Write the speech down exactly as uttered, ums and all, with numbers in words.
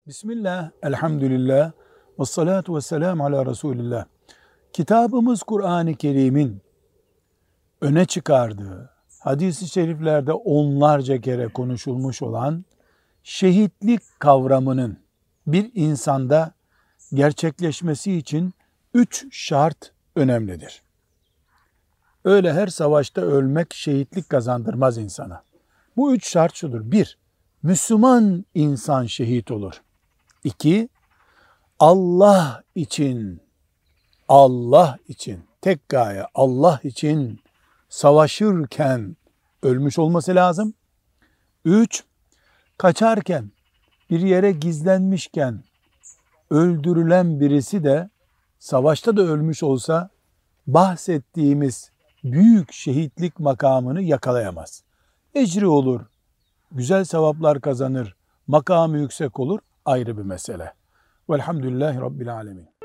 Bismillah, elhamdülillah, ve salatu ve selamu ala Resulillah. Kitabımız Kur'an-ı Kerim'in öne çıkardığı, hadis-i şeriflerde onlarca kere konuşulmuş olan şehitlik kavramının bir insanda gerçekleşmesi için üç şart önemlidir. Öyle her savaşta ölmek şehitlik kazandırmaz insana. Bu üç şart şudur. Bir, Müslüman insan şehit olur. İki, Allah için, Allah için, tek gaye Allah için savaşırken ölmüş olması lazım. Üç, kaçarken, bir yere gizlenmişken öldürülen birisi de savaşta da ölmüş olsa bahsettiğimiz büyük şehitlik makamını yakalayamaz. Ecri olur, güzel sevaplar kazanır, makamı yüksek olur, ayrı bir mesele. Velhamdülillahi Rabbil Alemin.